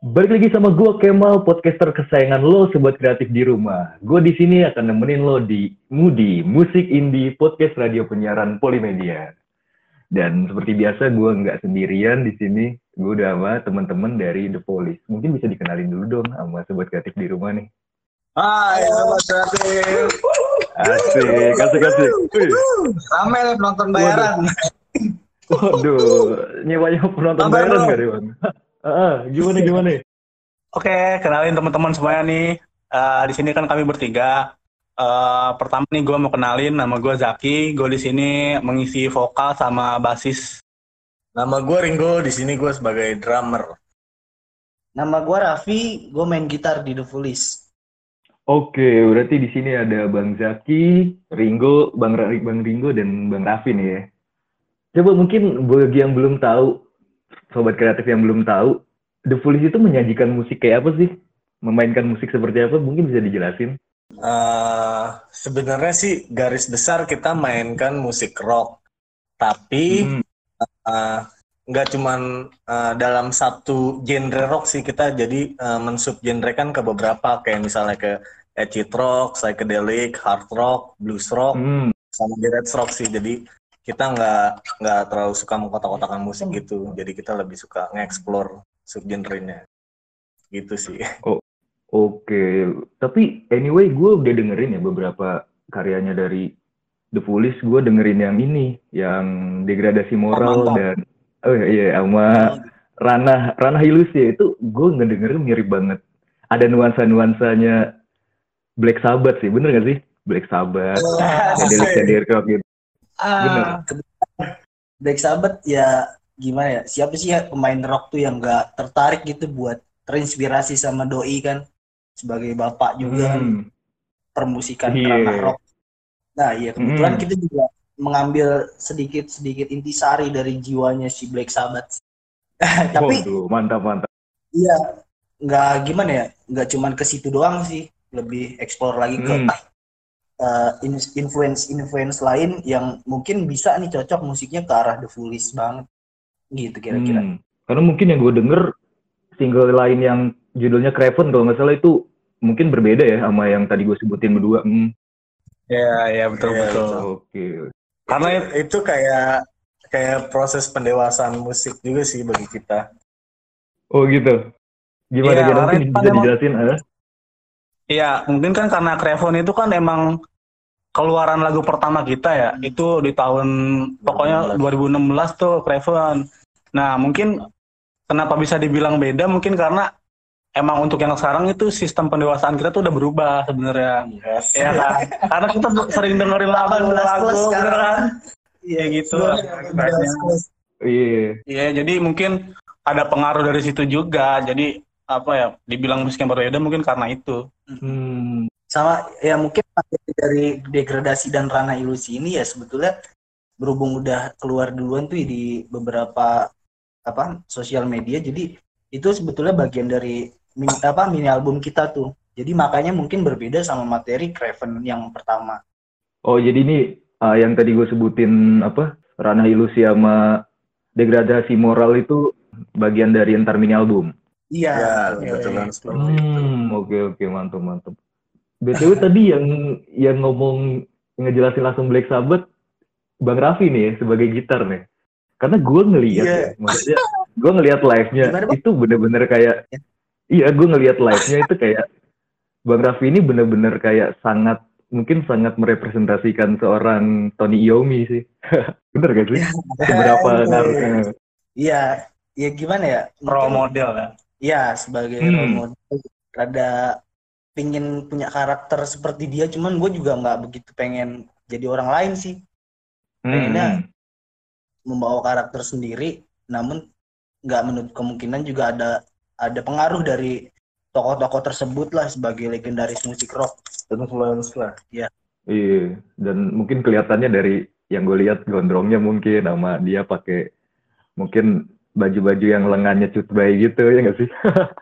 Balik lagi sama gue Kemal, podcaster kesayangan lo, sobat kreatif di rumah. Gue di sini akan nemenin lo di Moody, musik indie podcast radio penyiaran Polimedia. Dan seperti biasa gue nggak sendirian di sini. Gue udah sama teman-teman dari The Police. Mungkin bisa dikenalin dulu dong sama sobat kreatif di rumah nih. Hai sobat kreatif. Asik, asik, asik. Rame nih penonton bayaran. Waduh, nyewanya penonton bayaran nggak deh bang? Gimana? Oke, kenalin teman-teman semuanya nih. Di sini kan kami bertiga. Pertama nih gue mau kenalin, nama gue Zaki. Gue di sini mengisi vokal sama basis. Nama gue Ringo, di sini gue sebagai drummer. Nama gue Raffi, gue main gitar di The Police. Oke, berarti di sini ada Bang Zaki, Ringo, Bang Ringo dan Bang Raffi nih ya. Coba mungkin bagi yang belum tahu, sobat kreatif yang belum tahu, The Police itu menyajikan musik kayak apa sih? Memainkan musik seperti apa? Mungkin bisa dijelasin. Sebenarnya sih garis besar kita mainkan musik rock, tapi nggak cuman dalam satu genre rock sih, kita jadi mensubgenrekan ke beberapa, kayak misalnya ke acid rock, psychedelic, hard rock, blues rock, sama garage rock sih. Jadi kita nggak terlalu suka mengkotak-kotakan musik gitu. Jadi kita lebih suka nge-explore subgenrenya gitu sih. Oke. Tapi anyway gue udah dengerin ya beberapa karyanya dari The Police. Gue dengerin yang ini, yang degradasi moral dan sama ranah ilusi itu gue ngedengerin mirip banget. Ada nuansa-nuansanya Black Sabbath sih, bener gak sih? Black Sabbath, Psychedelic rock gitu. Bener. Black Sabbath ya gimana ya? Siapa sih ya pemain rock tuh yang nggak tertarik gitu buat terinspirasi sama doi kan? Sebagai bapak juga kan, permusikan ranah rock. Nah iya kebetulan kita juga mengambil sedikit intisari dari jiwanya si Black Sabbath. Tapi mantap. Iya, nggak gimana ya? Nggak cuman ke situ doang sih. Lebih explore lagi ke influence lain yang mungkin bisa nih cocok musiknya ke arah The Police banget gitu kira-kira. Karena mungkin yang gue denger single lain yang judulnya Craven kalau nggak salah itu mungkin berbeda ya sama yang tadi gue sebutin berdua. Ya betul. Oke. Karena itu kayak proses pendewasaan musik juga sih bagi kita. Oh gitu. Gimana mungkin bisa dijelasin? Iya, mungkin kan karena Craven itu kan emang keluaran lagu pertama kita ya. Itu di tahun pokoknya 2016 tuh Craven. Nah, mungkin kenapa bisa dibilang beda mungkin karena emang untuk yang sekarang itu sistem pendewasaan kita tuh udah berubah sebenarnya. Yes. Ya kan? Karena kita sering dengerin lagu kan. Iya gitu. Iya, jadi mungkin ada pengaruh dari situ juga. Jadi apa ya, dibilang musik yang berbeda mungkin karena itu. Sama ya mungkin dari degradasi dan ranah ilusi ini ya sebetulnya berhubung udah keluar duluan tuh di beberapa sosial media, jadi itu sebetulnya bagian dari mini album kita tuh. Jadi makanya mungkin berbeda sama materi Craven yang pertama. Oh jadi ini yang tadi gue sebutin ranah ilusi sama degradasi moral itu bagian dari entar mini album. Iya, betul. Oke, mantap. BTW tadi yang ngomong ngejelasin langsung Black Sabbath, Bang Raffi nih ya, sebagai gitar nih. Karena gue ngelihat maksudnya gue ngelihat live-nya itu bener-bener kayak, gue ngelihat live-nya itu kayak Bang Raffi ini bener-bener kayak sangat merepresentasikan seorang Tony Iommi sih. Bener gak sih? Seberapa ngaruhnya? Iya, ya gimana ya? Role model ya. Iya, sebagai role model. Rada pingin punya karakter seperti dia, cuman gue juga nggak begitu pengen jadi orang lain sih. Pengennya membawa karakter sendiri, namun nggak menutup kemungkinan juga ada pengaruh dari tokoh-tokoh tersebut lah sebagai legendaris musik rock. Influence lah. Iya. Iya, dan mungkin kelihatannya dari yang gue lihat gondrongnya mungkin sama dia pakai mungkin baju-baju yang lengannya cutbay gitu ya nggak sih?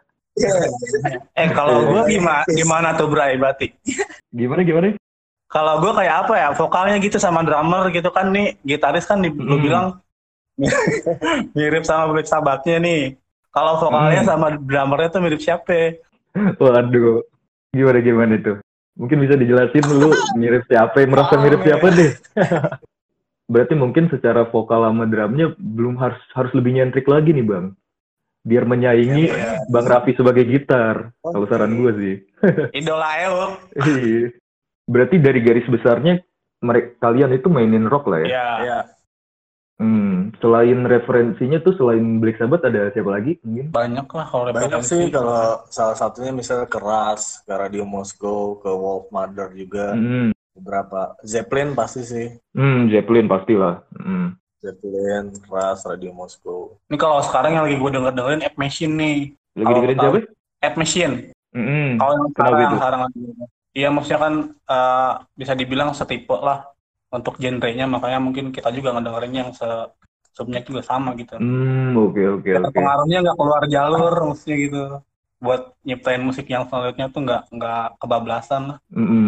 Kalau gue gimana tuh Bray Batik? Gimana? Kalau gue kayak apa ya, vokalnya gitu sama drummer gitu kan nih, gitaris kan lu bilang mirip sama Black Sabbath-nya nih. Kalau vokalnya sama drummernya tuh mirip siapa? Waduh, gimana itu? Mungkin bisa dijelasin dulu mirip siapa, merasa mirip siapa deh. Berarti mungkin secara vokal sama drumnya belum harus lebih nyentrik lagi nih Bang. Biar menyaingi Bang Raffi sebagai gitar. Kalau saran gue sih. Idola Euk. Berarti dari garis besarnya kalian itu mainin rock lah ya? Iya. Selain referensinya tuh selain Black Sabbath ada siapa lagi mungkin? Banyak lah kalau Banyak referensi. sih, kalau salah satunya misalnya ke Rush, ke Radio Moskow, ke Wolfmother juga. Beberapa. Zeppelin pasti sih. Zeppelin pastilah. Zeppelin, Rush, Radio Moskow. Ini kalau sekarang yang lagi gue dengerin Ape Machine nih. Lagi dengerin siapa? Ape Machine. Kalau yang sekarang lagi. Iya, maksudnya kan bisa dibilang setipe lah untuk genrenya, makanya mungkin kita juga ngedengerinnya yang subjek juga sama gitu. Oke. Pengaruhnya nggak keluar jalur, maksudnya gitu. Buat nyiptain musik yang selanjutnya tuh nggak kebablasan lah.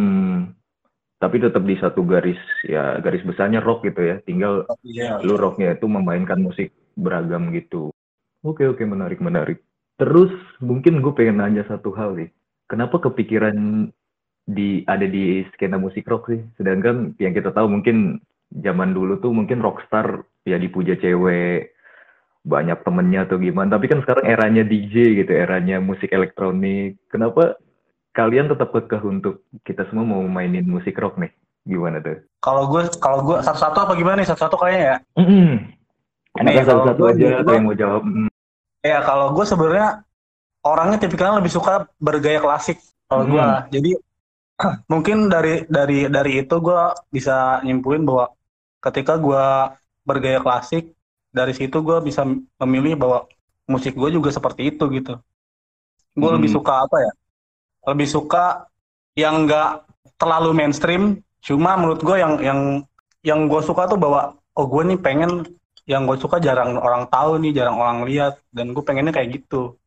Tapi tetap di satu garis besarnya rock gitu ya. Tinggal lu rocknya itu memainkan musik beragam gitu. Oke, menarik. Terus mungkin gue pengen nanya satu hal nih. Kenapa kepikiran ada di skena musik rock sih? Sedangkan yang kita tahu mungkin zaman dulu tuh mungkin rockstar ya dipuja cewek, banyak temennya atau gimana. Tapi kan sekarang eranya DJ gitu, eranya musik elektronik. Kenapa kalian tetap kekeh untuk kita semua mau mainin musik rock nih? Gimana tuh? Kalau gue satu-satu apa gimana nih? Satu-satu kayaknya ya. Enakan satu-satu aja atau yang mau jawab? Ya kalau gue sebenarnya orangnya tipikalnya lebih suka bergaya klasik kalau gue. Jadi mungkin dari itu gue bisa nyimpulin bahwa ketika gue bergaya klasik, dari situ gue bisa memilih bahwa musik gue juga seperti itu gitu. Gue lebih suka apa ya? Lebih suka yang nggak terlalu mainstream. Cuma menurut gue yang gue suka tuh bahwa gue nih pengen yang gue suka jarang orang tahu nih, jarang orang lihat, dan gue pengennya kayak gitu.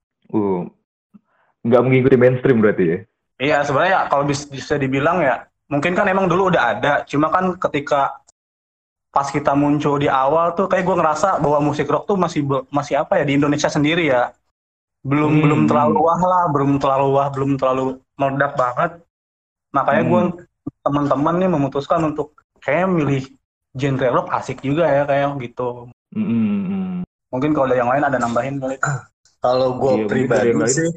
Nggak mengikuti mainstream berarti ya? Iya, sebenarnya kalau bisa dibilang ya, mungkin kan emang dulu udah ada, cuma kan ketika pas kita muncul di awal tuh kayak gue ngerasa bahwa musik rock tuh masih apa ya, di Indonesia sendiri ya. Belum terlalu wah lah, belum terlalu meledak banget. Makanya gue teman-teman nih memutuskan untuk kayak milih genre rock asik juga ya kayak gitu. Mungkin kalau ada yang lain ada nambahin kali. Kalau gue pribadi sih,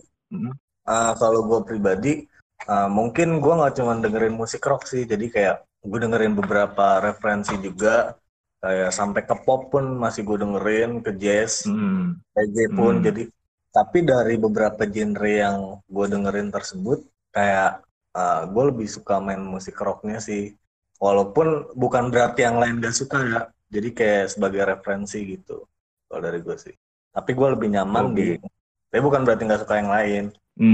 mungkin gue nggak cuma dengerin musik rock sih, jadi kayak gue dengerin beberapa referensi juga, kayak sampai ke pop pun masih gue dengerin, ke jazz, reggae pun. Jadi tapi dari beberapa genre yang gue dengerin tersebut, kayak gue lebih suka main musik rocknya sih, walaupun bukan berarti yang lain gak suka ya, jadi kayak sebagai referensi gitu kalau dari gue sih. Tapi gue lebih nyaman tapi bukan berarti gak suka yang lain.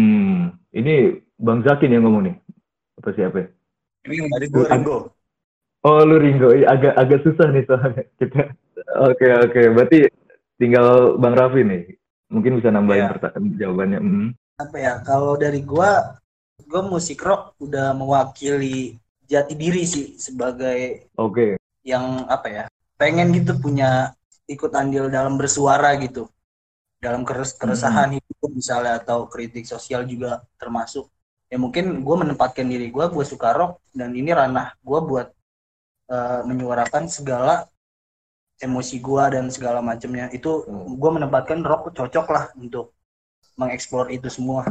Ini Bang Zakin yang ngomong nih? Apa siapa? Ini tadi gue Ringo. Oh, lu Ringo. Agak susah nih soalnya kita. Oke. Berarti tinggal Bang Raffi nih. Mungkin bisa nambahin jawabannya. Apa ya? Kalau dari gue musik rock udah mewakili jati diri sih sebagai yang apa ya? Pengen gitu punya ikut andil dalam bersuara gitu. Dalam keresahan hidup misalnya atau kritik sosial juga termasuk. Ya mungkin gue menempatkan diri gue suka rock dan ini ranah gue buat menyuarakan segala emosi gue dan segala macamnya. Itu gue menempatkan rock cocok lah untuk mengeksplor itu semua.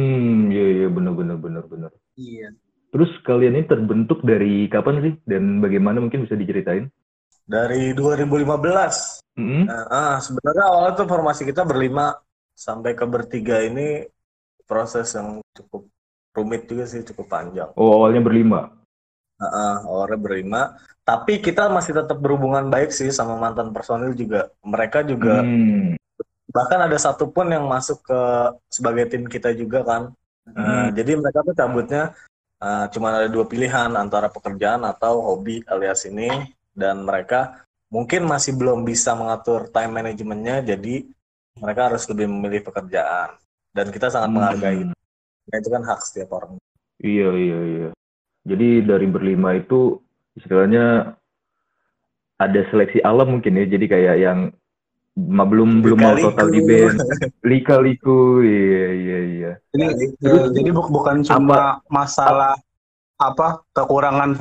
Iya benar. Iya. Terus kalian ini terbentuk dari kapan sih dan bagaimana mungkin bisa diceritain? Dari 2015. Sebenarnya awalnya tuh formasi kita berlima sampai ke bertiga ini proses yang cukup rumit juga sih, cukup panjang. Oh, awalnya berlima? Awalnya berlima, tapi kita masih tetap berhubungan baik sih sama mantan personil juga. Mereka juga bahkan ada satu pun yang masuk ke sebagai tim kita juga kan. Jadi mereka tuh cabutnya cuma ada 2 pilihan, antara pekerjaan atau hobi alias ini, dan mereka mungkin masih belum bisa mengatur time manajemennya, jadi mereka harus lebih memilih pekerjaan, dan kita sangat menghargai. Nah, itu kan hak setiap orang. Iya. Jadi dari berlima itu istilahnya ada seleksi alam mungkin ya, jadi kayak yang belum mau total di band. Lika-liku, iya. Jadi bukan cuma masalah kekurangan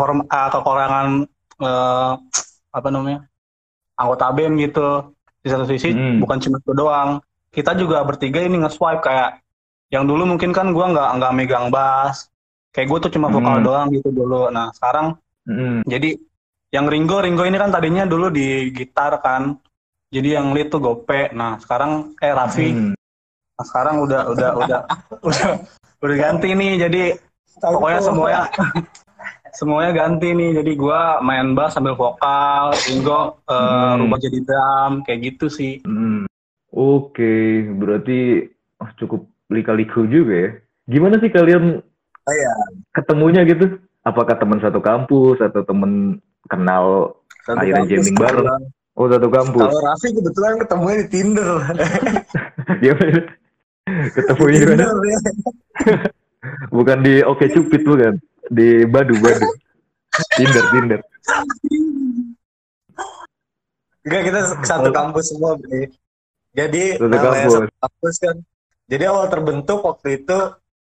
apa namanya anggota band gitu. Di satu sisi bukan cuma itu doang. Kita juga bertiga ini nge-swipe kayak yang dulu mungkin kan gue nggak megang bass. Kayak gue tuh cuma vokal doang gitu dulu. Nah sekarang jadi yang Ringo ini kan tadinya dulu di gitar kan. Jadi yang lead tuh Gope. Nah sekarang Raffi. Nah, sekarang udah ganti nih. Jadi pokoknya semuanya ganti nih. Jadi gue main bass sambil vokal. Ringo rubah jadi drum kayak gitu sih. Oke, berarti cukup lika-liku juga ya. Gimana sih kalian ketemunya gitu? Apakah teman satu kampus atau teman kenal akhirnya jamming bareng? Oh, satu kampus. Kalau Raffi kebetulan ketemunya di Tinder. Gimana? Ketemunya di mana? Bukan di OkCupid bukan? Di Badu. Tinder. Enggak, kita satu kampus semua, Bre. Jadi satu kampus kan. Jadi awal terbentuk waktu itu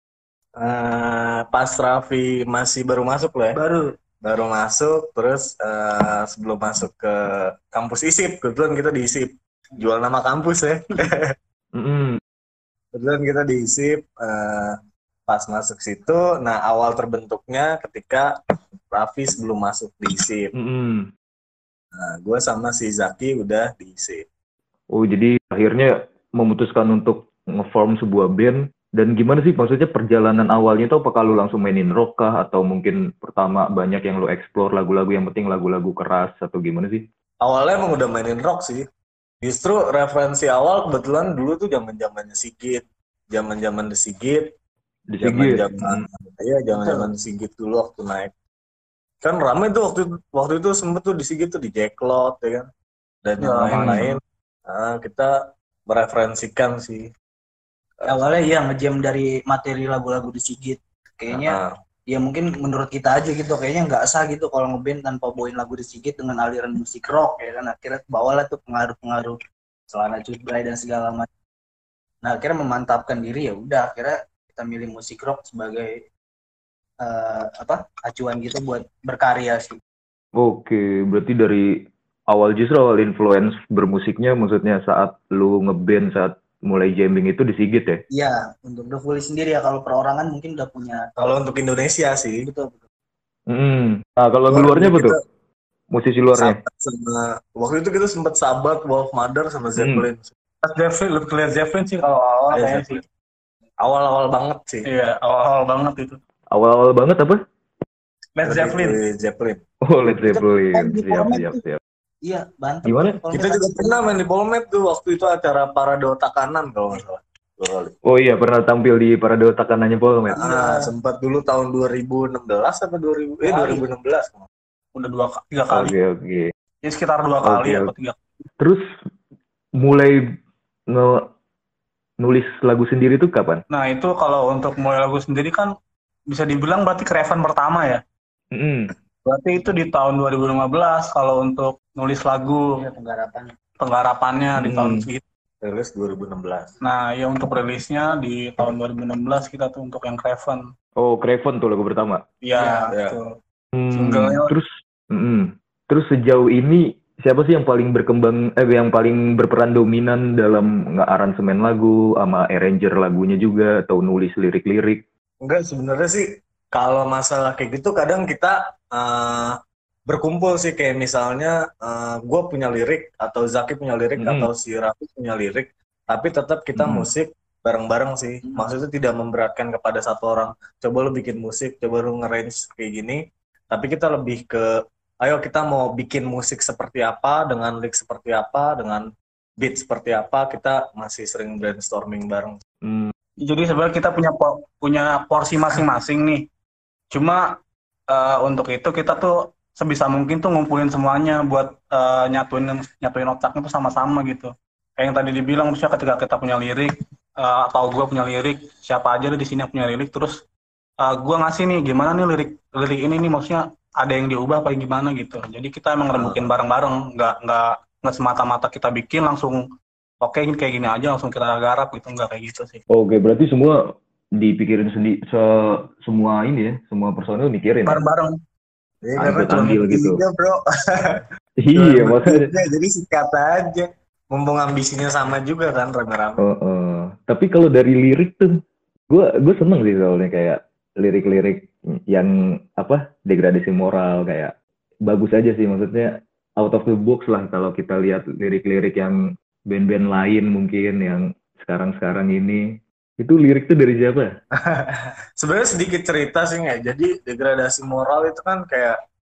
pas Raffi masih baru masuk loh ya. Baru masuk, terus sebelum masuk ke kampus ISIP, kebetulan kita di ISIP. Jual nama kampus ya. Kebetulan kita di ISIP, pas masuk situ, nah awal terbentuknya ketika Raffi sebelum masuk di ISIP. Nah, gue sama si Zaki udah di ISIP. Oh, jadi akhirnya memutuskan untuk nge-form sebuah band. Dan gimana sih maksudnya perjalanan awalnya itu apakah lu langsung mainin rock kah? Atau mungkin pertama banyak yang lu explore lagu-lagu yang penting lagu-lagu keras atau gimana sih? Awalnya emang udah mainin rock sih. Justru referensi awal kebetulan dulu tuh zaman-zamannya Sigit. Zaman-zaman The Sigit. Zaman-zaman Sigit dulu waktu naik. Kan rame tuh waktu itu sempet tuh di Sigit tuh di Jacklot ya kan. Dan yang lain-lain. Nah, kita mereferensikan sih. Awalnya ya ngejam dari materi lagu-lagu di Sigit. Kayaknya ya mungkin menurut kita aja gitu. Kayaknya nggak sah gitu kalau ngeband tanpa bawain lagu di Sigit dengan aliran musik rock ya kan. Akhirnya bawalah tuh pengaruh-pengaruh Celana Cutbray dan segala macam. Nah akhirnya memantapkan diri ya udah akhirnya kita milih musik rock sebagai acuan gitu buat berkarya sih. Oke, berarti dari awal influence bermusiknya maksudnya saat lu ngeband saat mulai jamming itu di Sigit ya? Iya, untuk The Fully sendiri ya, kalau perorangan mungkin udah punya. Kalau untuk Indonesia sih. Betul. Nah, kalau luarnya apa tuh? Musisi luarnya? Waktu itu kita sempat Sabat, Wolf Mother, sama Zeppelin. Clear Zeppelin sih kalau awal kayaknya sih. Awal-awal banget sih. Iya, awal banget itu. Awal banget apa? Led Zeppelin. Oh, Led Zeppelin. Siap. Iya, bantu. Gimana? Kita juga pernah main di Polmed tuh waktu itu acara Parade Otak Kanan kalau nggak salah. Oh iya, pernah tampil di Parade Otak Kanannya Polmed. Sempat dulu tahun 2016 atau 2016. Udah 3 kali. Oke. Ya sekitar 2 kali atau 3 kali. Terus mulai nulis lagu sendiri tuh kapan? Nah, itu kalau untuk mulai lagu sendiri kan bisa dibilang berarti Craven pertama ya. Berarti itu di tahun 2015 kalau untuk nulis lagu. Ya, penggarapannya di tahun segitu. Rilis 2016. Nah, ya untuk rilisnya di tahun 2016 kita tuh untuk yang Craven. Oh, Craven tuh lagu pertama. Iya, betul. Terus sejauh ini siapa sih yang paling yang paling berperan dominan dalam nge-aransemen lagu sama arranger lagunya juga atau nulis lirik-lirik? Enggak, sebenarnya sih kalau masalah kayak gitu kadang kita berkumpul sih, kayak misalnya gue punya lirik atau Zaki punya lirik atau si Raffi punya lirik, tapi tetap kita musik bareng-bareng sih. Maksudnya tidak memberatkan kepada satu orang. Coba lu bikin musik, coba lu nge-range kayak gini, tapi kita lebih ke ayo kita mau bikin musik seperti apa, dengan lirik seperti apa, dengan beat seperti apa, kita masih sering brainstorming bareng. Jadi sebenarnya kita punya porsi masing-masing nih. Cuma untuk itu kita tuh sebisa mungkin tuh ngumpulin semuanya buat nyatuin otaknya tuh sama-sama gitu. Kayak yang tadi dibilang, misalnya ketika kita punya lirik atau gue punya lirik, siapa aja di sini yang punya lirik, terus gue ngasih nih gimana nih lirik ini nih, maksudnya ada yang diubah apa gimana gitu. Jadi kita emang rembukin bareng-bareng, nggak nggak semata-mata kita bikin langsung oke ini kayak gini aja langsung kita garap gitu, nggak kayak gitu sih. Oke, berarti semua dipikirin sendiri, semua ini ya, semua personil mikirin ya? Bareng-bareng. Ya, karena Ikut cuma andil gitu. bertiga, bro. Iya, makanya. Jadi sikat aja. Mumpung ambisinya sama juga kan rame-rame. Tapi kalau dari lirik tuh, gue seneng sih soalnya kayak lirik-lirik yang apa degradasi moral kayak bagus aja sih, maksudnya out of the box lah kalau kita lihat lirik-lirik yang band-band lain mungkin yang sekarang-sekarang ini. Itu lirik tuh dari siapa? Sebenarnya sedikit cerita sih nggak. Jadi degradasi moral itu kan kayak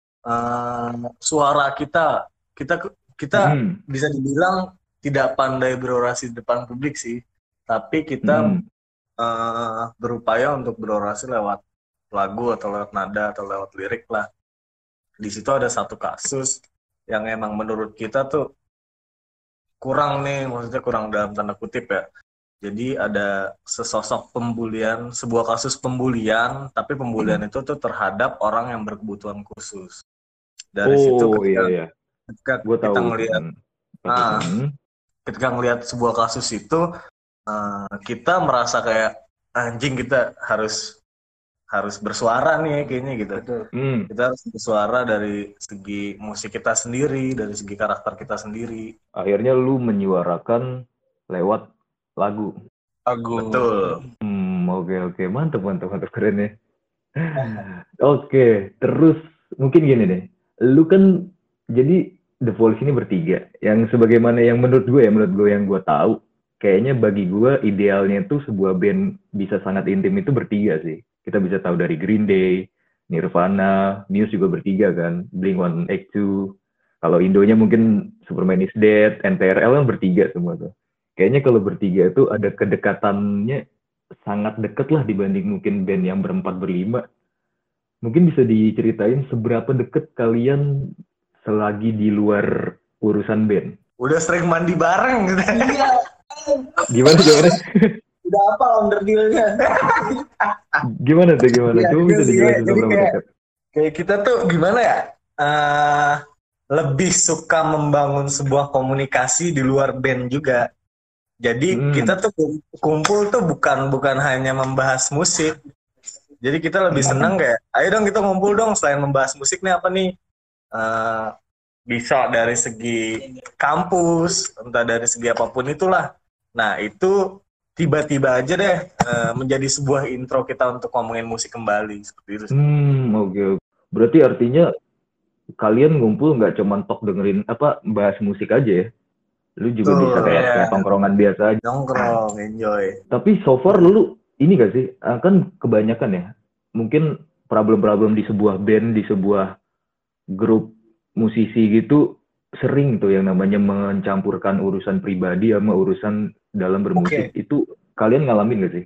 suara kita bisa dibilang tidak pandai berorasi di depan publik sih, tapi kita berupaya untuk berorasi lewat lagu atau lewat nada atau lewat lirik lah. Di situ ada satu kasus yang emang menurut kita tuh kurang nih, maksudnya kurang dalam tanda kutip ya. Jadi ada sesosok pembulian, sebuah kasus pembulian, tapi pembulian itu tuh terhadap orang yang berkebutuhan khusus. Dari situ ketika kita ngelihat ketika ngelihat sebuah kasus itu kita merasa kayak anjing, kita harus bersuara nih kayaknya gitu. Kita harus bersuara dari segi musik kita sendiri, dari segi karakter kita sendiri. Akhirnya lu menyuarakan lewat lagu. Betul. Oke, mantap keren ya. Oke, terus mungkin gini deh. Lu kan jadi The Police ini bertiga. Yang sebagaimana yang menurut gue yang gue tahu, kayaknya bagi gue idealnya tuh sebuah band bisa sangat intim itu bertiga sih. Kita bisa tahu dari Green Day, Nirvana, Muse juga bertiga kan, Blink-182. Kalau Indonya mungkin Superman is Dead, NTRL kan bertiga semua tuh. Kayaknya kalau bertiga itu ada kedekatannya sangat deket lah dibanding mungkin band yang berempat berlima. Mungkin bisa diceritain seberapa deket kalian selagi di luar urusan band? Udah sering mandi bareng gitu. Iya. Gimana? Udah apa onderdilnya? Gimana? Coba bisa dijelasin seberapa dekat? Kayak kita tuh gimana ya? Lebih suka membangun sebuah komunikasi di luar band juga. Jadi kita tuh kumpul tuh bukan hanya membahas musik. Jadi kita lebih senang kayak, ayo dong kita ngumpul dong, selain membahas musik nih apa nih? Bisa dari segi kampus, entah dari segi apapun itulah. Nah itu tiba-tiba aja deh menjadi sebuah intro kita untuk ngomongin musik kembali seperti itu. Oke. Berarti artinya kalian ngumpul nggak cuma tok dengerin bahas musik aja ya? Lu juga bisa kayak tongkrongan biasa aja. Nongkrong, enjoy. Tapi so far lu ini gak sih, kan kebanyakan ya, mungkin problem-problem di sebuah band, di sebuah grup musisi gitu, sering tuh yang namanya mencampurkan urusan pribadi sama urusan dalam bermusik. Itu kalian ngalamin gak sih?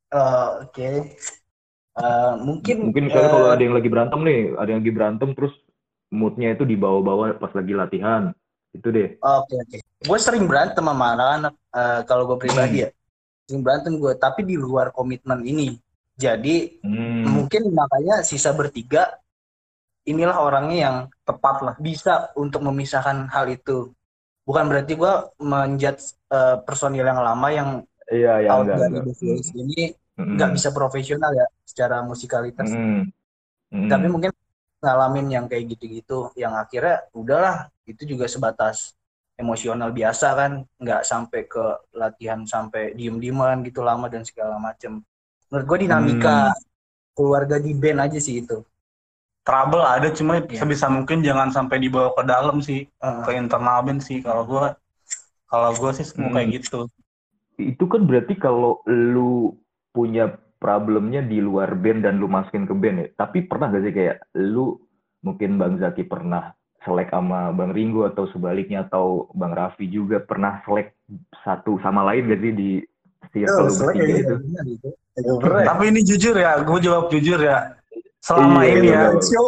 Mungkin misalnya kalau ada yang lagi berantem terus moodnya itu dibawa-bawa pas lagi latihan. Itu deh. Oke. Gue sering berantem sama anak-anak. Kalau gue pribadi ya, sering berantem gue. Tapi di luar komitmen ini. Jadi mungkin makanya sisa bertiga inilah orangnya yang tepat lah, bisa untuk memisahkan hal itu. Bukan berarti gue menjudge personil yang lama yang out dari The Voice ini nggak bisa profesional ya secara musikalitas. Tapi mungkin ngalamin yang kayak gitu-gitu, yang akhirnya udahlah, itu juga sebatas emosional biasa kan, nggak sampai ke latihan sampai diem-dieman gitu lama dan segala macem. Menurut gue dinamika keluarga di band aja sih itu. Trouble ada, cuma sebisa mungkin jangan sampai dibawa ke dalam sih, ke internal band sih. Kalau gue sih semua kayak gitu. Itu kan berarti kalau lu punya problemnya di luar band dan lu masukin ke band ya. Tapi pernah gak sih kayak lu, mungkin Bang Zaki pernah selek sama Bang Ringo atau sebaliknya, atau Bang Raffi juga pernah selek satu sama lain gak sih di circle lu bertiga itu? Tapi ini jujur ya, gue jawab jujur ya. Selama ini ya,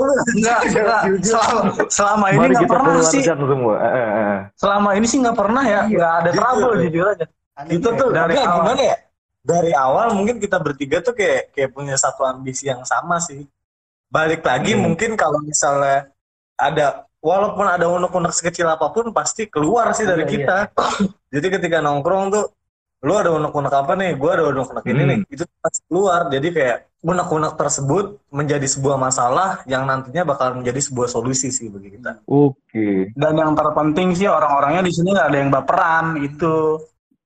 selama ini nggak pernah sih. Selama ini sih nggak pernah ya, nggak ada trouble jujur aja. Itu tuh dari gimana ya? Dari awal mungkin kita bertiga tuh kayak punya satu ambisi yang sama sih. Balik lagi mungkin kalau misalnya ada walaupun ada unek-unek sekecil apapun pasti keluar sih dari kita. Jadi ketika nongkrong tuh, lu ada unek-unek apa nih, gue ada unek-unek ini nih, itu pasti keluar. Jadi kayak unek-unek tersebut menjadi sebuah masalah yang nantinya bakal menjadi sebuah solusi sih bagi kita. Oke. Dan yang terpenting sih orang-orangnya di sini nggak ada yang baperan itu.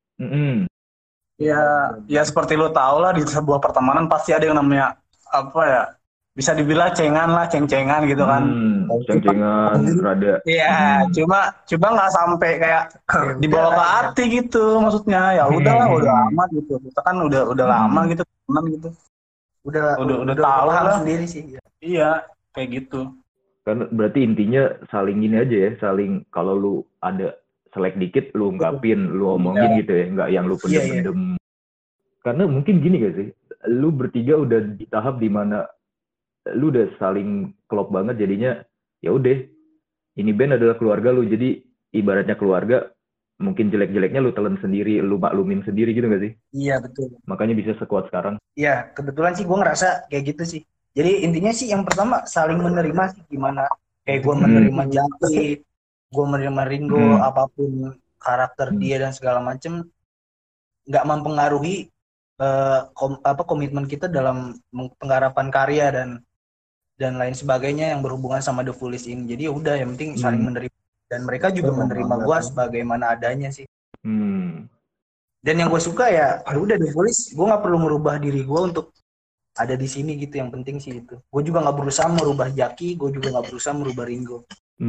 Ya seperti lu tau lah, di sebuah pertemanan pasti ada yang namanya apa ya, bisa dibilang ceng-cengan gitu kan. Ceng-cengan rada. Iya, cuma nggak sampai kayak dibawa ke hati gitu, maksudnya ya udahlah, udah amat gitu. Kita kan udah lama gitu teman gitu. Udah tahu lah sendiri sih. Iya, kayak gitu. Kan berarti intinya saling gini aja ya, saling kalau lu ada selek dikit lu ungkapin, lu omongin gitu ya, nggak yang lu pendem-pendem. Karena mungkin gini gak sih, lu bertiga udah di tahap dimana lu udah saling klop banget, jadinya ya udah ini band adalah keluarga lu, jadi ibaratnya keluarga, mungkin jelek-jeleknya lu telan sendiri, lu maklumin sendiri gitu gak sih? Iya betul. Makanya bisa sekuat sekarang. Iya, kebetulan sih gue ngerasa kayak gitu sih. Jadi intinya sih yang pertama saling menerima sih, gimana kayak gue menerima Jaki, gue menerima Ringo, apapun karakter dia dan segala macem, nggak mempengaruhi komitmen kita dalam penggarapan karya dan lain sebagainya yang berhubungan sama The Foolish ini. Jadi ya udah, yang penting saling menerima, dan mereka juga menerima gue sebagaimana adanya sih. Dan yang gue suka ya udah The Foolish, gue nggak perlu merubah diri gue untuk ada di sini gitu. Yang penting sih itu. Gue juga nggak berusaha merubah Jaki, gue juga nggak berusaha merubah Ringo.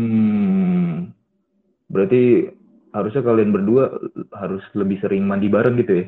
Berarti harusnya kalian berdua harus lebih sering mandi bareng gitu ya?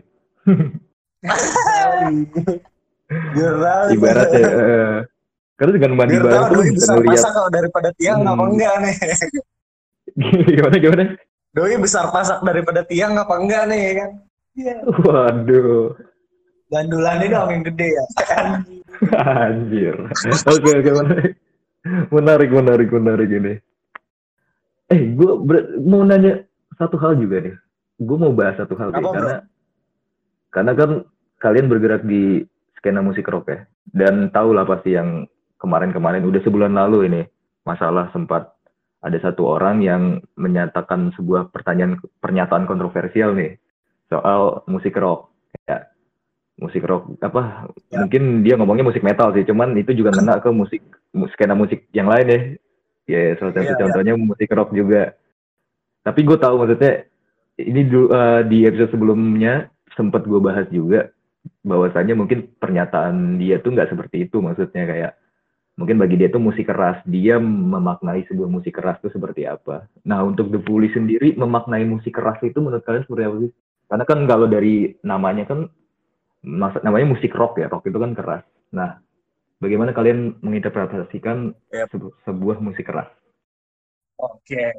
Ibaratnya karena dengan mandi bareng tuh bisa ngeliat kalau daripada tiang apa enggak nih. Gimana? Doi besar pasak daripada tiang apa enggak nih kan? Iya. Waduh. Gandulannya dong yang gede ya. Anjir. Oke, menarik ini. Gue mau nanya satu hal juga nih. Gue mau bahas satu hal nih, karena kan kalian bergerak di skena musik rock ya, dan tahu lah pasti yang kemarin udah sebulan lalu ini masalah sempat ada satu orang yang menyatakan sebuah pernyataan kontroversial nih soal musik rock ya. Musik rock apa ya. Mungkin dia ngomongnya musik metal sih, cuman itu juga ngena ke skena musik yang lain ya. Ya salah satu contohnya musik rock juga. Tapi gue tahu maksudnya ini di episode sebelumnya sempat gue bahas juga bahwasannya mungkin pernyataan dia tuh nggak seperti itu, maksudnya kayak mungkin bagi dia tuh musik keras, dia memaknai sebuah musik keras itu seperti apa. Nah untuk The Foolish sendiri memaknai musik keras itu menurut kalian seperti apa sih? Karena kan kalau dari namanya kan namanya musik rock ya, rock itu kan keras. Nah bagaimana kalian menginterpretasikan sebuah musik keras? Oke.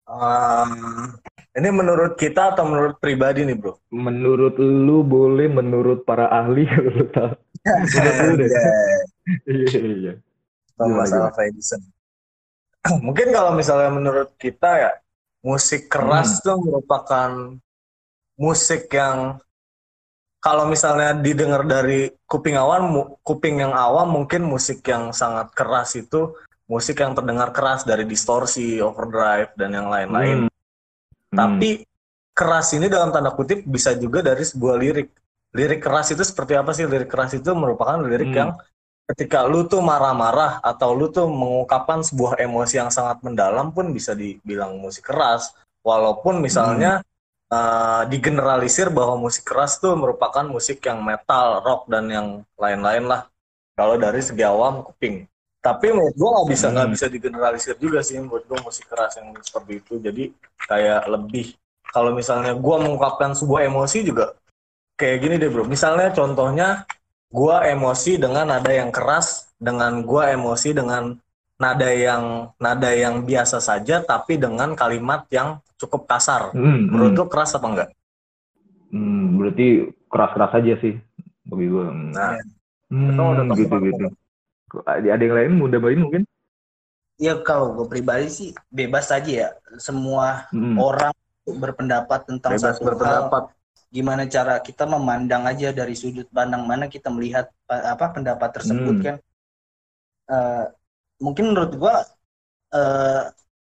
Ini menurut kita atau menurut pribadi nih bro? Menurut lu boleh, menurut para ahli kalau lu tahu. Iya. Masalah Edison. Mungkin kalau misalnya menurut kita ya, musik keras tuh merupakan musik yang kalau misalnya didengar dari kuping yang awam mungkin musik yang sangat keras itu musik yang terdengar keras dari distorsi, overdrive, dan yang lain-lain. Tapi keras ini dalam tanda kutip bisa juga dari sebuah lirik. Lirik keras itu seperti apa sih? Lirik keras itu merupakan lirik yang ketika lu tuh marah-marah atau lu tuh mengungkapkan sebuah emosi yang sangat mendalam pun bisa dibilang musik keras. Walaupun misalnya digeneralisir bahwa musik keras tuh merupakan musik yang metal, rock, dan yang lain-lain lah. Kalau dari segi awam kuping. Tapi menurut gue nggak bisa digeneralisir juga sih, menurut gue musik keras yang seperti itu. Jadi kayak lebih, kalau misalnya gue mengungkapkan sebuah emosi juga kayak gini deh bro. Misalnya contohnya gue emosi dengan nada yang keras, dengan gue emosi dengan nada yang biasa saja, tapi dengan kalimat yang cukup kasar. Menurut lo keras apa enggak? Berarti keras-keras aja sih bagi gue. Nah, gitu. Ada yang lain mau nambahin mungkin? Ya kalau gue pribadi sih bebas aja ya. Semua orang berpendapat tentang bebas satu hal. Gimana cara kita memandang aja, dari sudut pandang mana kita melihat pendapat tersebut kan. Mungkin menurut gue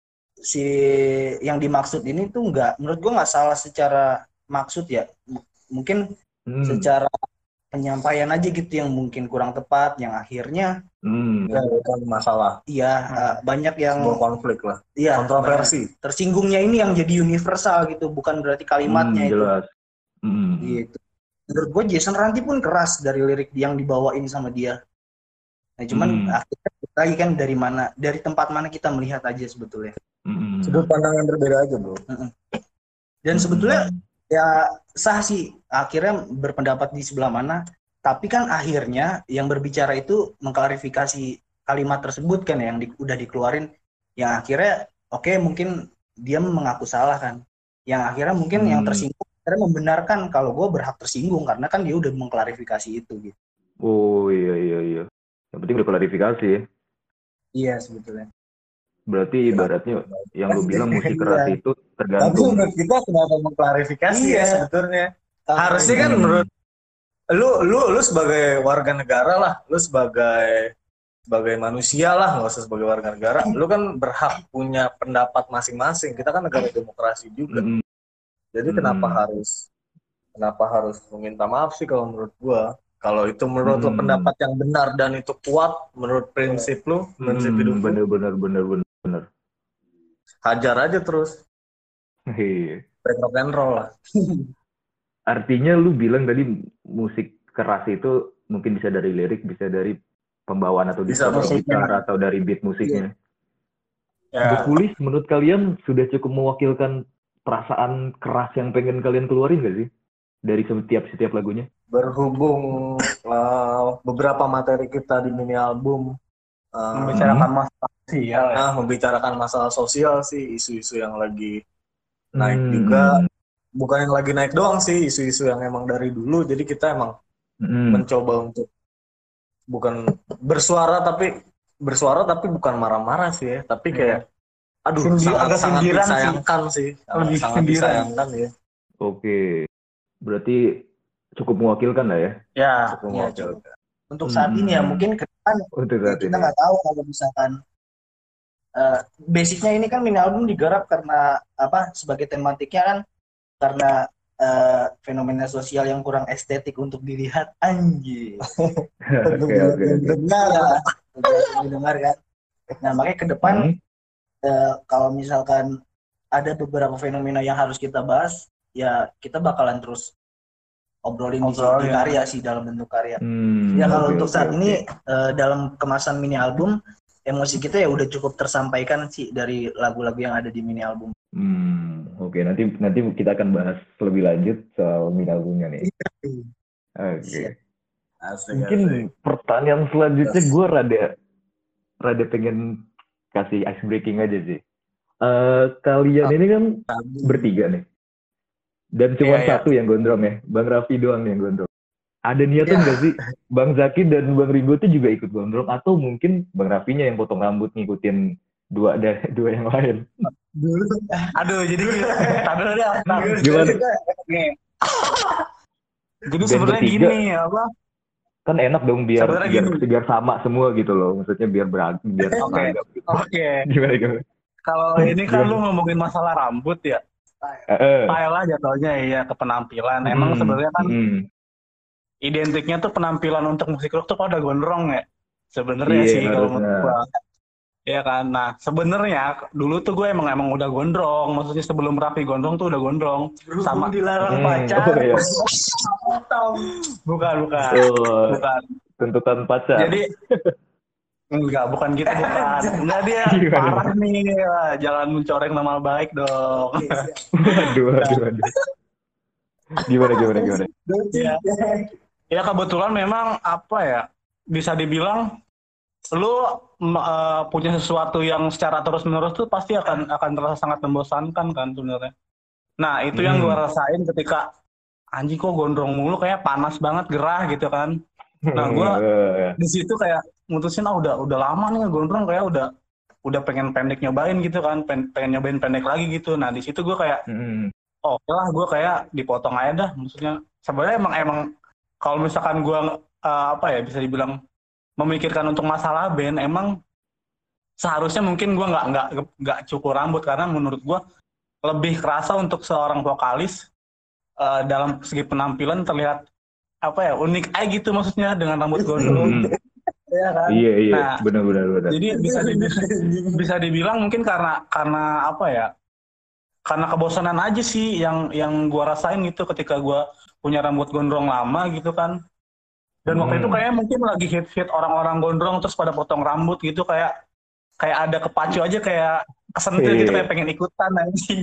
si yang dimaksud ini tuh menurut gue nggak salah secara maksud ya. Mungkin secara penyampaian aja gitu yang mungkin kurang tepat, yang akhirnya bukan masalah. Iya, banyak yang sebuah konflik lah. Iya, kontroversi. Tersinggungnya ini yang jadi universal gitu, bukan berarti kalimatnya itu. Jelas. Gitu. Menurut gue Jason Ranti pun keras dari lirik yang dibawain sama dia. Nah, cuman akhirnya lagi kan dari tempat mana kita melihat aja sebetulnya. Sudut pandang yang berbeda aja, bro. Dan sebetulnya ya sah sih akhirnya berpendapat di sebelah mana, tapi kan akhirnya yang berbicara itu mengklarifikasi kalimat tersebut kan yang udah dikeluarin, yang akhirnya oke, mungkin dia mengaku salah kan, yang akhirnya mungkin yang tersinggung akhirnya membenarkan kalau gue berhak tersinggung karena kan dia udah mengklarifikasi itu gitu. Oh iya, yang penting udah klarifikasi ya. Iya sebetulnya. Berarti ibaratnya yang lu bilang musik keras itu tergantung. Tapi menurut kita kenapa mengklarifikasi ya sebetulnya. Harusnya kan menurut lu sebagai warga negara lah, lu sebagai manusia lah, nggak usah sebagai warga negara, lu kan berhak punya pendapat masing-masing. Kita kan negara demokrasi juga. Jadi kenapa harus meminta maaf sih kalau menurut gua? Kalau itu menurut lu pendapat yang benar dan itu kuat menurut prinsip lu, prinsip hidup lu. Bener. Hajar aja terus. Rock and roll lah. Artinya lu bilang tadi musik keras itu mungkin bisa dari lirik, bisa dari pembawaan atau gitar atau dari beat musiknya. The Police menurut kalian sudah cukup mewakilkan perasaan keras yang pengen kalian keluarin gak sih? Dari setiap lagunya? Berhubung beberapa materi kita di mini album membicarakan masalah sosial. Membicarakan masalah sosial sih, isu-isu yang lagi naik juga. Bukan yang lagi naik doang sih, isu-isu yang emang dari dulu. Jadi kita emang mencoba untuk bukan bersuara tapi bukan marah-marah sih ya, tapi kayak sangat disayangkan sih. Sangat disayangkan ya. Oke. Berarti cukup mewakilkan lah ya? Ya, cukup mewakilkan. Untuk saat ini ya, mungkin ke depan kita nggak tahu kalau misalkan basicnya ini kan mini album digarap karena sebagai tematiknya kan karena fenomena sosial yang kurang estetik untuk dilihat, anjir. Oke. Dengar kan. Nah, makanya ke depan kalau misalkan ada beberapa fenomena yang harus kita bahas, ya kita bakalan terus obrolin di karya sih, dalam bentuk karya. Ya kalau untuk saat ini dalam kemasan mini album, emosi kita ya udah cukup tersampaikan sih dari lagu-lagu yang ada di mini album. Oke, nanti kita akan bahas lebih lanjut soal mini albumnya nih. Oke. Mungkin pertanyaan selanjutnya gue rada pengen kasih ice breaking aja sih. Kalian ini kan bertiga nih. Dan cuma satu yang gondrong ya, Bang Raffi doang yang gondrong. Ada niatan nggak sih Bang Zaki dan Bang Ringo tuh juga ikut gondrong, atau mungkin Bang Raffinya yang potong rambut ngikutin dua yang lain? Aduh, jadi gimana? Jadi sebenarnya gini apa? Kan enak dong biar sama semua gitu loh, maksudnya biar sama gitu. Oke. Gimana? Kalau ini kan lu ngomongin masalah rambut ya. Style lah jatuhnya ya ke penampilan. Emang sebenarnya kan identiknya tuh penampilan untuk musik rock tuh pada gondrong ya. Sebenarnya sih kalau menurut gua. Ya kan. Nah, sebenarnya dulu tuh gue emang udah gondrong. Maksudnya sebelum Raffi gondrong tuh udah gondrong. Sama dilarang pacar. Bukan. Tuntutan pacar. Jadi bukan gitu, bukan. Enggak, dia parah nih. Jangan mencoreng nama baik dong. Waduh. Gimana? Ya kebetulan memang bisa dibilang lu punya sesuatu yang secara terus-menerus tuh pasti akan terasa sangat membosankan kan sebenarnya. Nah, itu yang gue rasain ketika anjing kok gondrong mulu, kayak panas banget, gerah gitu kan. Nah, gue di situ kayak mutusin udah lama nih gondrong, kayak udah pengen pendek nyobain gitu kan, pengen nyobain pendek lagi gitu. Nah, di situ gue kayak oke lah, gue kayak dipotong aja dah. Maksudnya sebenarnya emang kalau misalkan gue bisa dibilang memikirkan untuk masalah band, emang seharusnya mungkin gue nggak cukur rambut, karena menurut gue lebih kerasa untuk seorang vokalis dalam segi penampilan terlihat apa ya, unik aja gitu maksudnya dengan rambut gondrong. Ya kan? Iya, Nah, benar. jadi bisa dibilang mungkin karena apa ya? Karena kebosanan aja sih yang gua rasain gitu ketika gua punya rambut gondrong lama gitu kan. Dan waktu itu kayaknya mungkin lagi hit orang-orang gondrong terus pada potong rambut gitu, kayak ada kepacu aja, kayak kesentil gitu, kayak pengen ikutan anjing.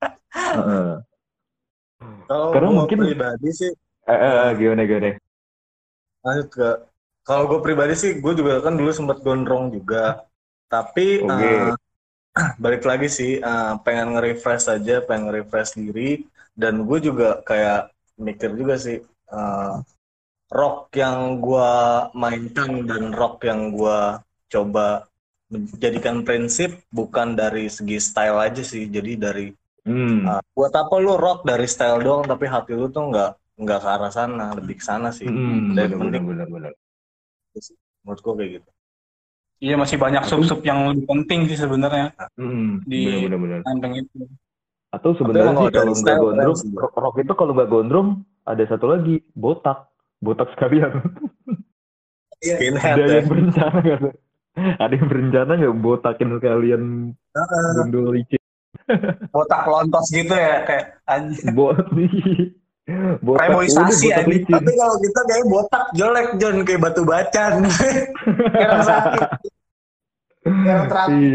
Kalau Karena gue mungkin pribadi sih, gimana. lanjut ke, kalau gue pribadi sih, gue juga kan dulu sempat gondrong juga, tapi balik lagi sih, pengen nge-refresh aja, pengen nge-refresh diri, dan gue juga kayak mikir juga sih, rock yang gue mainkan dan rock yang gue coba menjadikan prinsip bukan dari segi style aja sih, jadi dari buat apa lu rock dari style doang tapi hati lu tuh nggak ke arah sana, lebih ke sana sih. Benar. Menurut gue kayak gitu. Iya, masih banyak sub-sub yang lebih penting sih sebenarnya di Benar. samping itu. Atau sebenarnya sih kalau nggak gondrong, rock itu kalau nggak gondrong ada satu lagi, botak sekalian. Skinhead, ada yang berencana nggak? Ada yang berencana nggak botakin sekalian gundul licin? Botak lontos gitu ya, kayak anjing. Botak Reboisasi anjing. Tapi kalau kita kayak botak jelek, John, kayak batu bacan. Kayak orang sakit. Kayak orang terapi.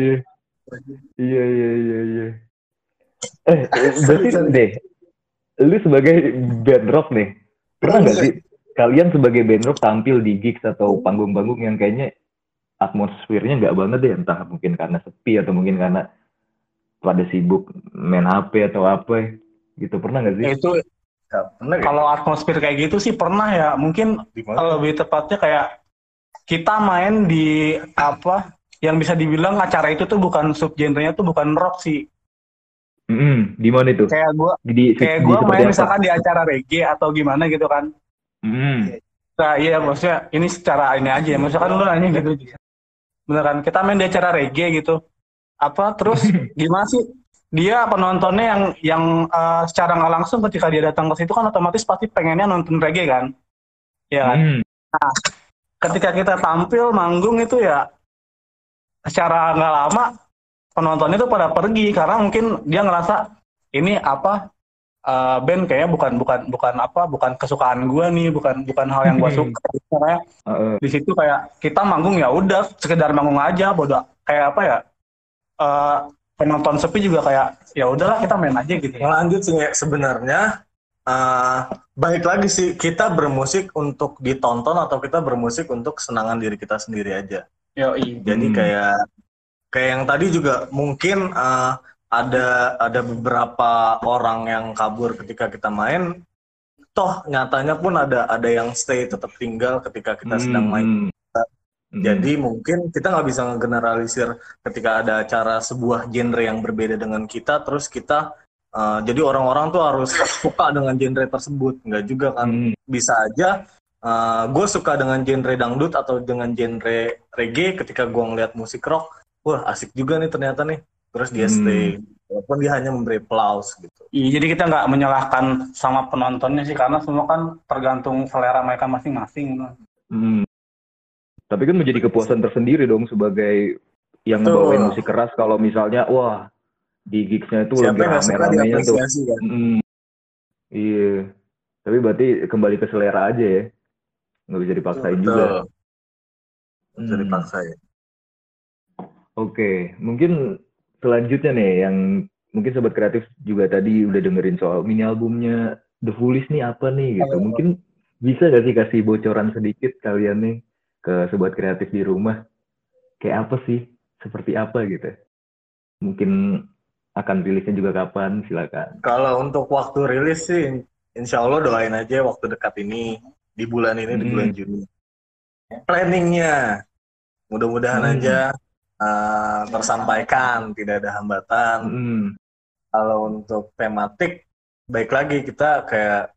Iya. Berarti deh, lu sebagai band rock nih, pernah nggak sih kalian sebagai band rock tampil di gigs atau panggung-panggung yang kayaknya atmosfernya nggak banget deh, entah mungkin karena sepi atau mungkin karena pada sibuk main HP atau apa gitu, pernah nggak sih? Itu kalau atmosfer kayak gitu sih pernah ya, mungkin kalau lebih tepatnya kayak kita main di apa yang bisa dibilang acara itu tuh bukan subgenrenya tuh bukan rock sih. Di mana itu? Kayak gue main misalkan di acara reggae atau gimana gitu kan. Nah, iya maksudnya ini secara ini aja, misalkan lu nanya gitu. Beneran kita main di acara reggae gitu. Apa terus gimana sih? Dia penontonnya yang secara nggak langsung ketika dia datang ke situ kan otomatis pasti pengennya nonton reggae kan. Ya kan? Nah, ketika kita tampil manggung itu ya secara nggak lama penontonnya tuh pada pergi karena mungkin dia ngerasa ini apa band kayaknya bukan kesukaan gue nih, bukan hal yang gue suka. Karena di situ kayak kita manggung ya udah sekedar manggung aja, bodoh kayak apa ya, penonton sepi juga kayak ya udahlah kita main aja gitu. Lanjut sih sebenarnya balik lagi sih, kita bermusik untuk ditonton atau kita bermusik untuk kesenangan diri kita sendiri aja. Jadi kayak yang tadi juga mungkin ada beberapa orang yang kabur ketika kita main, toh nyatanya pun ada yang stay tetap tinggal ketika kita sedang main. Jadi mungkin kita nggak bisa ngegeneralisir ketika ada acara sebuah genre yang berbeda dengan kita, terus kita jadi orang-orang tuh harus suka dengan genre tersebut. Nggak juga kan, bisa aja gue suka dengan genre dangdut atau dengan genre reggae, ketika gue ngeliat musik rock, wah asik juga nih ternyata nih, terus dia stay walaupun dia hanya memberi applause gitu. Iya, jadi kita nggak menyalahkan sama penontonnya sih, karena semua kan tergantung selera mereka masing-masing. Tapi kan menjadi kepuasan tersendiri dong sebagai yang ngebawain musik keras kalau misalnya wah di gigsnya itu lagi rame-ramenya tuh. Kan? Iya, tapi berarti kembali ke selera aja ya, nggak bisa dipaksain juga. Bisa dipaksain. Oke, mungkin selanjutnya nih yang mungkin Sobat Kreatif juga tadi udah dengerin soal mini albumnya The Foolish nih apa nih gitu. Mungkin bisa gak sih kasih bocoran sedikit kalian nih ke Sobat Kreatif di rumah? Kayak apa sih? Seperti apa gitu? Mungkin akan rilisnya juga kapan? Silakan. Kalau untuk waktu rilis sih, insya Allah doain aja waktu dekat ini, di bulan ini, di bulan Juni. Planningnya, mudah-mudahan aja tersampaikan, tidak ada hambatan. Kalau untuk tematik, baik lagi kita kayak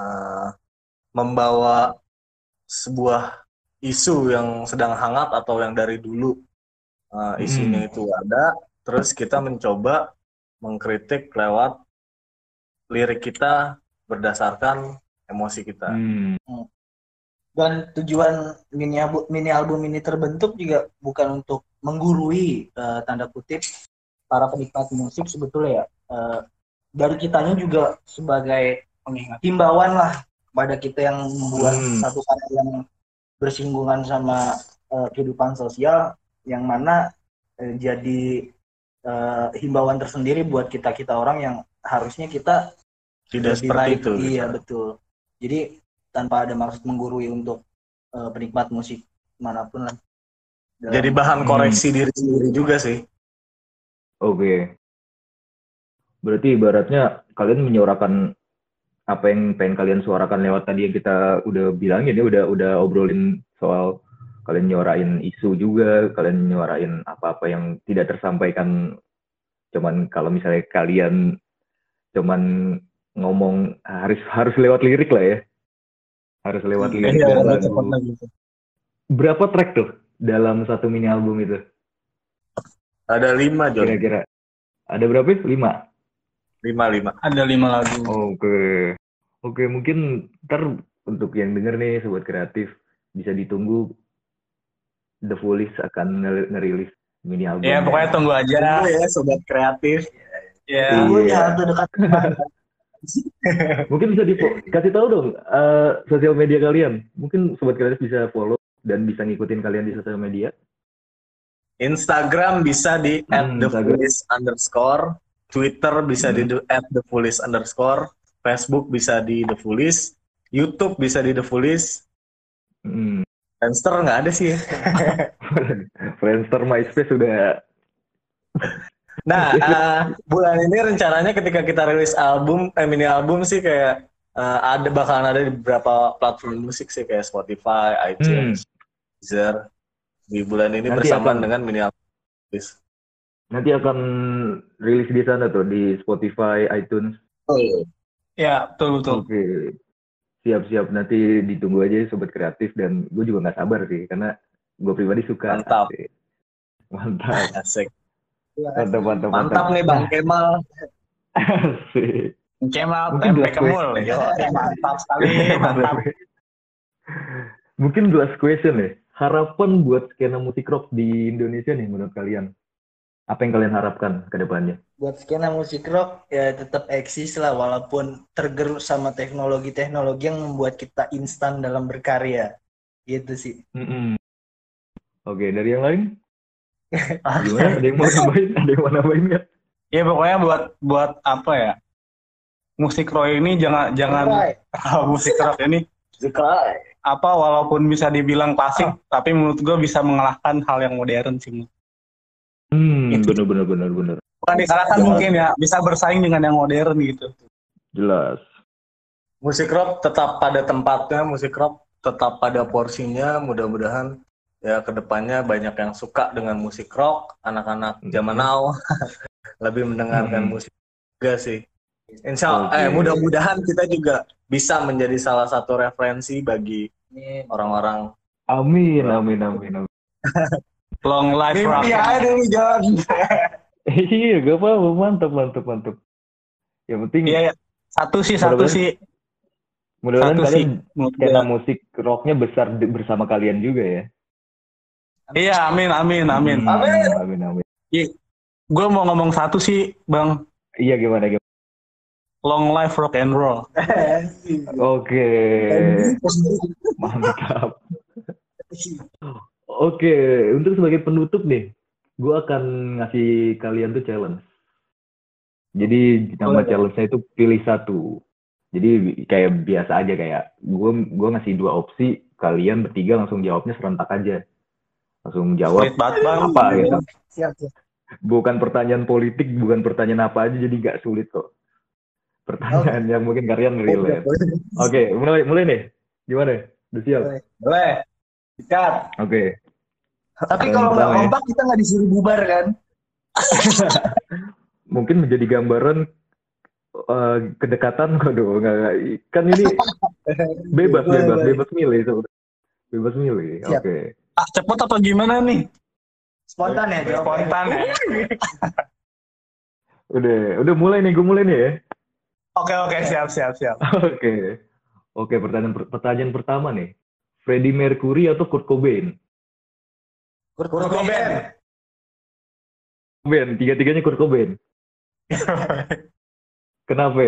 membawa sebuah isu yang sedang hangat atau yang dari dulu isunya itu ada, terus kita mencoba mengkritik lewat lirik kita berdasarkan emosi kita. Dan tujuan mini album ini terbentuk juga bukan untuk menggurui tanda kutip para penikmat musik sebetulnya ya. Dari kitanya juga sebagai himbauan lah kepada kita yang membuat satu karya yang bersinggungan sama kehidupan sosial, yang mana jadi himbauan tersendiri buat kita orang yang harusnya kita tidak seperti baik. itu. Iya betul. Jadi tanpa ada maksud menggurui untuk penikmat musik manapun lah. Jadi bahan koreksi diri sendiri juga sih. Oke. Berarti ibaratnya kalian menyuarakan apa yang pengen kalian suarakan lewat tadi yang kita udah bilangin ya, udah obrolin soal kalian nyuarain isu juga, kalian nyuarain apa-apa yang tidak tersampaikan cuman kalau misalnya kalian cuman ngomong harus lewat lirik lah ya. Harus lewat lirik dan lagu. Berapa track tuh dalam satu mini album itu? Ada 5, John. Kira-kira. Ada berapa? 5? 5. Ada 5 lagu. Oke, mungkin ntar untuk yang denger nih Sobat Kreatif bisa ditunggu The Foolish akan ngerilis mini album. Ya pokoknya tunggu aja. Tunggu ya Sobat Kreatif. Ya. Tunggu ya tuh dekat. Mungkin bisa dikasih tahu dong sosial media kalian. Mungkin Sobat Kreatif bisa follow dan bisa ngikutin kalian di sosial media. Instagram bisa di @thefoolish_, Twitter bisa di @thefoolish_, Facebook bisa di The Foolish, YouTube bisa di The Foolish. Friendster nggak ada sih ya. Friendster, MySpace sudah. Nah, bulan ini rencananya ketika kita rilis mini album sih kayak bakalan ada di beberapa platform musik sih kayak Spotify, iTunes, Deezer. Di bulan ini nanti bersamaan dengan mini album. Nanti akan rilis di sana tuh di Spotify, iTunes. Ya, betul. Oke. Siap-siap, nanti ditunggu aja Sobat Kreatif, dan gue juga nggak sabar sih karena gue pribadi suka. Mantap. Asik. Mantap nih Bang Kemal. Asik. Kemal tempe kemul. Mantap sekali. Mantap. Mungkin last question ya. Harapan buat skena musik rock di Indonesia nih menurut kalian? Apa yang kalian harapkan ke depannya? Buat skena musik rock ya tetap eksis lah walaupun tergerus sama teknologi-teknologi yang membuat kita instan dalam berkarya. Gitu sih. Oke, dari yang lain? Gimana? Ada yang mau nambahin? Ada yang mau nambahin nggak? Ya pokoknya buat apa ya? Musik rock ini jangan musik rock ini apa walaupun bisa dibilang klasik tapi menurut gue bisa mengalahkan hal yang modern sih. Bener. Bukan disalahkan mungkin ya, bisa bersaing dengan yang modern gitu. Jelas. Musik rock tetap pada tempatnya, musik rock tetap pada porsinya. Mudah-mudahan ya kedepannya banyak yang suka dengan musik rock, anak-anak zaman now lebih mendengarkan musik juga sih. Insya Allah, mudah-mudahan kita juga bisa menjadi salah satu referensi bagi orang-orang. Amin. Long life rock. Mimpi ada nih John. Iya, gak apa-apa, mantap. Yang penting. Iya. Satu sih. Mudah-mudahan kalian skena musik rocknya besar bersama kalian juga ya. Iya, amin. Amin. Iya, gue mau ngomong satu sih, Bang. Iya, gimana? Long life rock and roll. Oke. Mantap. Oke, untuk sebagai penutup nih, gue akan ngasih kalian tuh challenge. Jadi nama challenge-nya itu pilih satu. Jadi kayak biasa aja, kayak gue ngasih 2 opsi, kalian bertiga langsung jawabnya serentak aja. Langsung jawab apa gitu. Siap. Bukan pertanyaan politik, bukan pertanyaan apa aja, jadi gak sulit kok. Pertanyaan yang mungkin kalian relate. Oke, mulai nih. Gimana? Udah siap? Boleh. Sikat. Oke. Tapi kalau nggak kompak kita nggak disuruh bubar kan? Mungkin menjadi gambaran kedekatan kok dong. Kan ini bebas milih. Bebas milih. Oke. Cepet apa gimana nih? Spontan ya, jawab. Spontan ya. Udah mulai nih, gue mulai nih ya. Oke, siap. Oke, pertanyaan pertama nih. Freddie Mercury atau Kurt Cobain? Kurt Cobain. Cobain, tiga-tiganya Kurt Cobain. Kenapa?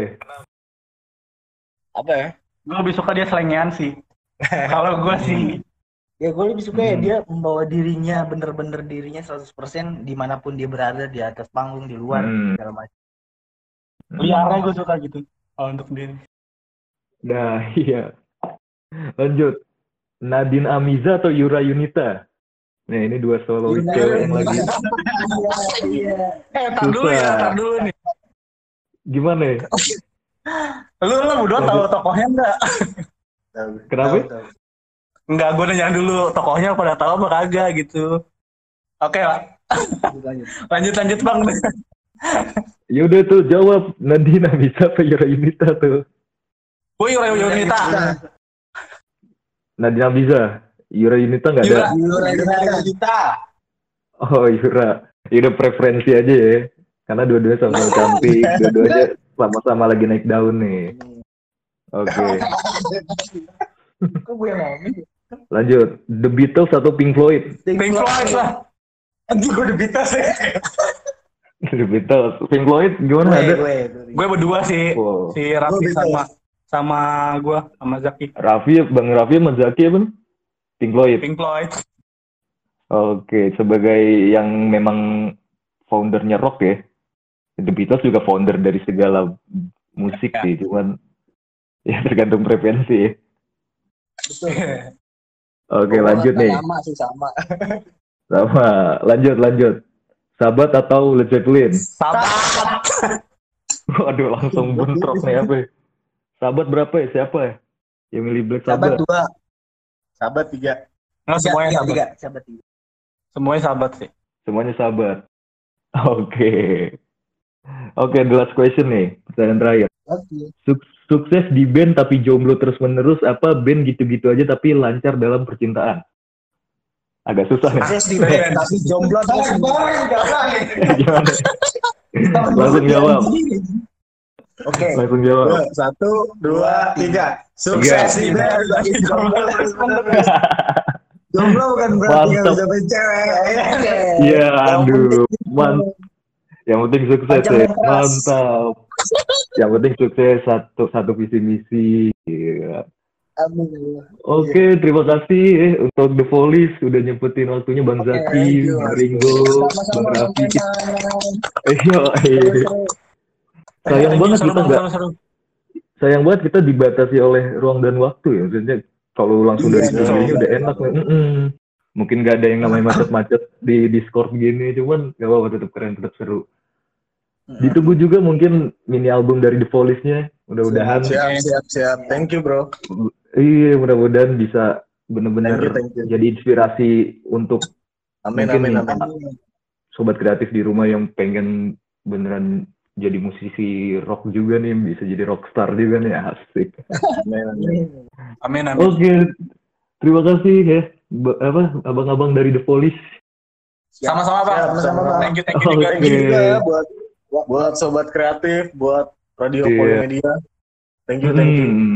Apa ya? Gue lebih suka dia selengean sih. Kalau gue sih. Ya gue lebih suka ya dia membawa dirinya, bener-bener dirinya 100% dimanapun dia berada, di atas panggung, di luar, segala macam. Liarnya gue suka gitu. Kalau untuk dia. Nah, iya. Lanjut. Nadine Amiza atau Yura Yunita? Nah, ini dua solois cewek yang lagi. Tar dulu nih. Gimana ya? Lu berdua tahu tokohnya enggak? Kenapa? Enggak, gue nanya dulu tokohnya pada tahu apa kagak gitu. Oke lah. Lanjut Bang. Yaudah tuh jawab. Nadine Amiza atau Yura Yunita tuh? Gue Yura Yunita. Nadine Amiza. Yura Yunita nggak ada. Yura Yunita. Oh, Yura. Ya udah preferensi aja ya. Karena dua-duanya sama-sama cantik. Dua-duanya sama-sama lagi naik daun nih. Oke. Kok gue yang ngomong? Lanjut. The Beatles atau Pink Floyd? Pink Floyd lah. Anjir gue The Beatles ya. The Beatles. Pink Floyd gimana ada? Gue berdua sih. Wow. Si Raffi sama gue sama Zaki. Bang Raffi sama Zaki apa? Pink Floyd. Oke, sebagai yang memang foundernya rock ya. The Beatles juga founder dari segala musik sih, cuman ya tergantung preferensi ya. Betul. Oke, lanjut nih. Sama. Lanjut. Sahabat atau Led Zeppelin? Sahabat. Waduh, langsung bentrok nih apa ya? Sahabat berapa ya? Siapa ya? Yang milih Black Sabbath? Sahabat 2. Nggak, semuanya sahabat. Sahabat 3. Semuanya sahabat sih. Semuanya sahabat. Oke, the last question nih. Pertanyaan terakhir. Oke. Sukses di band tapi jomblo terus-menerus, apa band gitu-gitu aja tapi lancar dalam percintaan? Agak susah nih. Sukses di band tapi jomblo terus. Gimana? Langsung jawab. Oke. Langsung jawab. 1, 2, 3. Sukses di band tapi jomblo terus-menerus. Jomblo bukan berarti nggak bisa main cewek. Iya, aduh. Yang penting sukses ya. Mantap. Yang penting sukses satu visi misi. Iya. Amin. Oke, terima kasih untuk The Police udah nyempetin waktunya Bang Zaki, Bang Ringo, Bang Raffi. Sayang banget kita dibatasi oleh ruang dan waktu ya. Maksudnya kalau langsung dari studio udah enak. Mungkin gak ada yang namanya macet-macet di Discord gini, cuman gak apa-apa, tetap keren, tetap seru. Ditunggu juga mungkin mini album dari The Police-nya, mudah-mudahan. Siap. Thank you, bro. Iya, mudah-mudahan bisa benar-benar jadi inspirasi untuk amin. sobat kreatif di rumah yang pengen beneran jadi musisi rock juga nih, bisa jadi rockstar juga nih, asik. Amin. Oke, terima kasih ya, abang-abang dari The Police. Sama-sama Bang. Thank you juga buat sobat kreatif, buat Radio Polimedia. Thank you.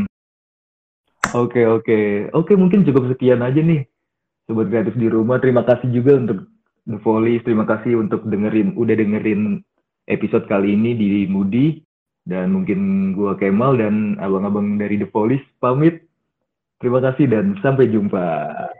Oke, mungkin cukup sekian aja nih sobat kreatif di rumah. Terima kasih juga untuk The Police, terima kasih untuk udah dengerin episode kali ini di Moody, dan mungkin gua Kemal dan abang-abang dari The Police pamit. Terima kasih dan sampai jumpa.